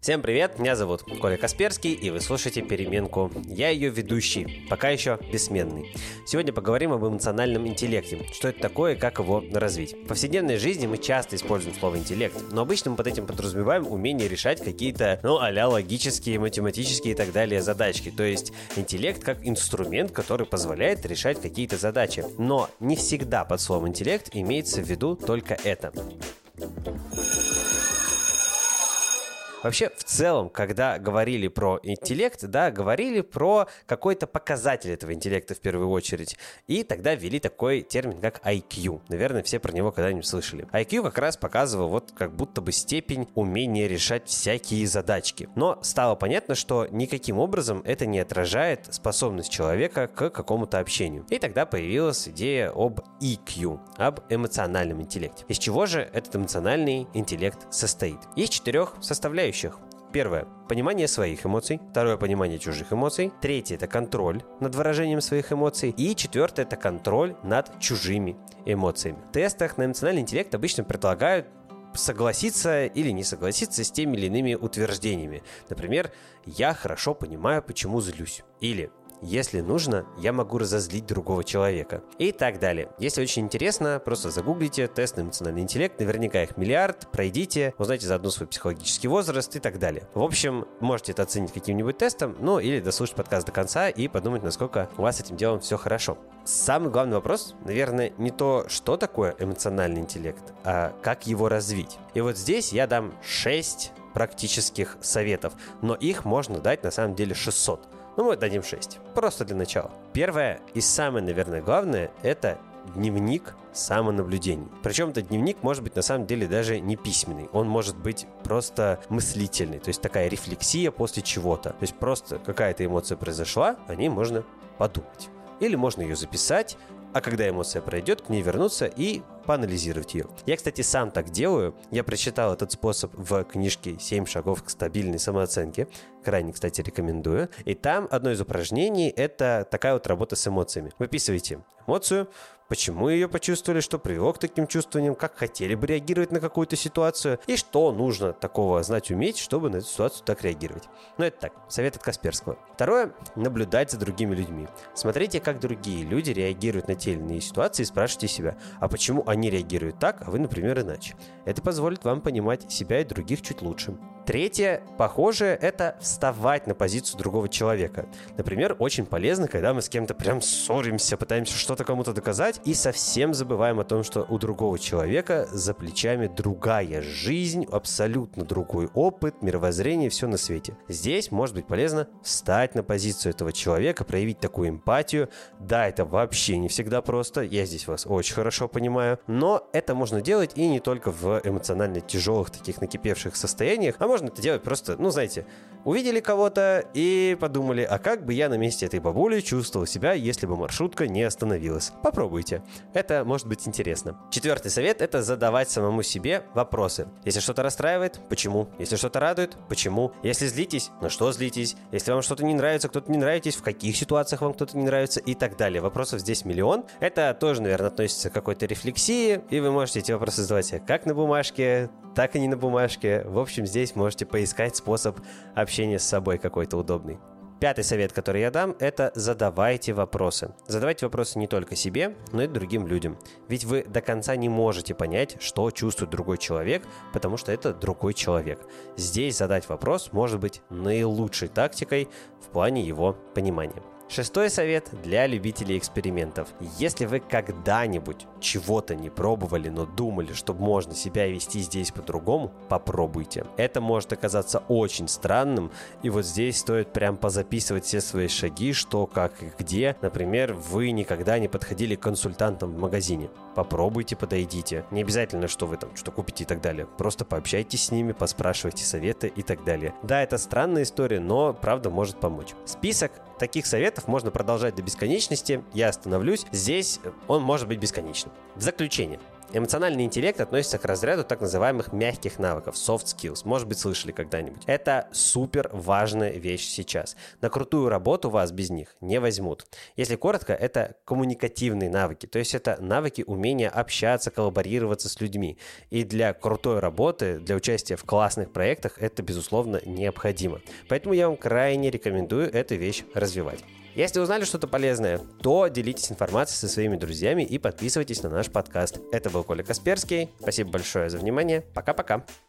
Всем привет, меня зовут Коля Касперский, и вы слушаете «Переменку». Я ее ведущий, пока еще бессменный. Сегодня поговорим об эмоциональном интеллекте. Что это такое и как его развить. В повседневной жизни мы часто используем слово «интеллект», но обычно мы под этим подразумеваем умение решать какие-то, а-ля логические, математические и так далее задачки. То есть интеллект как инструмент, который позволяет решать какие-то задачи. Но не всегда под словом «интеллект» имеется в виду только это. Вообще, в целом, когда говорили про интеллект, говорили про какой-то показатель этого интеллекта в первую очередь. И тогда ввели такой термин, как IQ. Наверное, все про него когда-нибудь слышали. IQ как раз показывал как будто бы степень умения решать всякие задачки. Но стало понятно, что никаким образом это не отражает способность человека к какому-то общению. И тогда появилась идея об EQ, об эмоциональном интеллекте. Из чего же этот эмоциональный интеллект состоит? Из 4 составляющих. Первое – понимание своих эмоций. Второе – понимание чужих эмоций. Третье – это контроль над выражением своих эмоций. И четвертое – это контроль над чужими эмоциями. В тестах на эмоциональный интеллект обычно предлагают согласиться или не согласиться с теми или иными утверждениями. Например, «я хорошо понимаю, почему злюсь». Или «если нужно, я могу разозлить другого человека». И так далее. Если очень интересно, просто загуглите тест на эмоциональный интеллект. Наверняка их миллиард. Пройдите, узнайте заодно свой психологический возраст и так далее. В общем, можете это оценить каким-нибудь тестом, или дослушать подкаст до конца и подумать, насколько у вас с этим делом все хорошо. Самый главный вопрос, наверное, не то, что такое эмоциональный интеллект, а как его развить. И вот здесь я дам 6 практических советов, но их можно дать на самом деле 600. Мы дадим 6. Просто для начала. Первое и самое, наверное, главное – это дневник самонаблюдений. Причем этот дневник может быть на самом деле даже не письменный. Он может быть просто мыслительный. То есть такая рефлексия после чего-то. То есть просто какая-то эмоция произошла, о ней можно подумать. Или можно ее записать, а когда эмоция пройдет, к ней вернуться и поанализировать ее. Я, кстати, сам так делаю. Я прочитал этот способ в книжке «7 шагов к стабильной самооценке». Крайне, кстати, рекомендую. И там одно из упражнений – это такая вот работа с эмоциями. Выписывайте эмоцию, почему ее почувствовали, что привело к таким чувствованиям, как хотели бы реагировать на какую-то ситуацию и что нужно такого знать, уметь, чтобы на эту ситуацию так реагировать. Это так, совет от Касперского. Второе – наблюдать за другими людьми. Смотрите, как другие люди реагируют на те или иные ситуации и спрашивайте себя, а почему они реагируют так, а вы, например, иначе. Это позволит вам понимать себя и других чуть лучше. Третье, похожее, это вставать на позицию другого человека. Например, очень полезно, когда мы с кем-то прям ссоримся, пытаемся что-то кому-то доказать и совсем забываем о том, что у другого человека за плечами другая жизнь, абсолютно другой опыт, мировоззрение, все на свете. Здесь может быть полезно встать на позицию этого человека, проявить такую эмпатию. Да, это вообще не всегда просто, я здесь вас очень хорошо понимаю, но это можно делать и не только в эмоционально тяжелых таких накипевших состояниях, а можно это делать просто, увидели кого-то и подумали, а как бы я на месте этой бабули чувствовал себя, если бы маршрутка не остановилась. Попробуйте. Это может быть интересно. 4-й совет – это задавать самому себе вопросы. Если что-то расстраивает, почему? Если что-то радует, почему? Если злитесь, на что злитесь? Если вам что-то не нравится, кто-то не нравитесь, в каких ситуациях вам кто-то не нравится и так далее. Вопросов здесь миллион. Это тоже, наверное, относится к какой-то рефлексии, и вы можете эти вопросы задавать себе как на бумажке, так и не на бумажке. В общем, здесь можете поискать способ общения с собой какой-то удобный. 5-й совет, который я дам, это задавайте вопросы. Задавайте вопросы не только себе, но и другим людям. Ведь вы до конца не можете понять, что чувствует другой человек, потому что это другой человек. Здесь задать вопрос может быть наилучшей тактикой в плане его понимания. 6-й совет для любителей экспериментов. Если вы когда-нибудь чего-то не пробовали, но думали, что можно себя вести здесь по-другому, попробуйте. Это может оказаться очень странным, и вот здесь стоит прям позаписывать все свои шаги, что, как и где. Например, вы никогда не подходили к консультантам в магазине. Попробуйте, подойдите. Не обязательно, что вы там что купите и так далее. Просто пообщайтесь с ними, поспрашивайте советы и так далее. Да, это странная история, но правда может помочь. Список таких советов можно продолжать до бесконечности. Я остановлюсь. Здесь он может быть бесконечным. В заключение. Эмоциональный интеллект относится к разряду так называемых мягких навыков, soft skills. Может быть, слышали когда-нибудь. Это супер важная вещь сейчас. На крутую работу вас без них не возьмут. Если коротко, это коммуникативные навыки. То есть это навыки умения общаться, коллаборироваться с людьми. И для крутой работы, для участия в классных проектах это, безусловно, необходимо. Поэтому я вам крайне рекомендую эту вещь развивать. Если узнали что-то полезное, то делитесь информацией со своими друзьями и подписывайтесь на наш подкаст. Это был Коля Касперский. Спасибо большое за внимание. Пока-пока.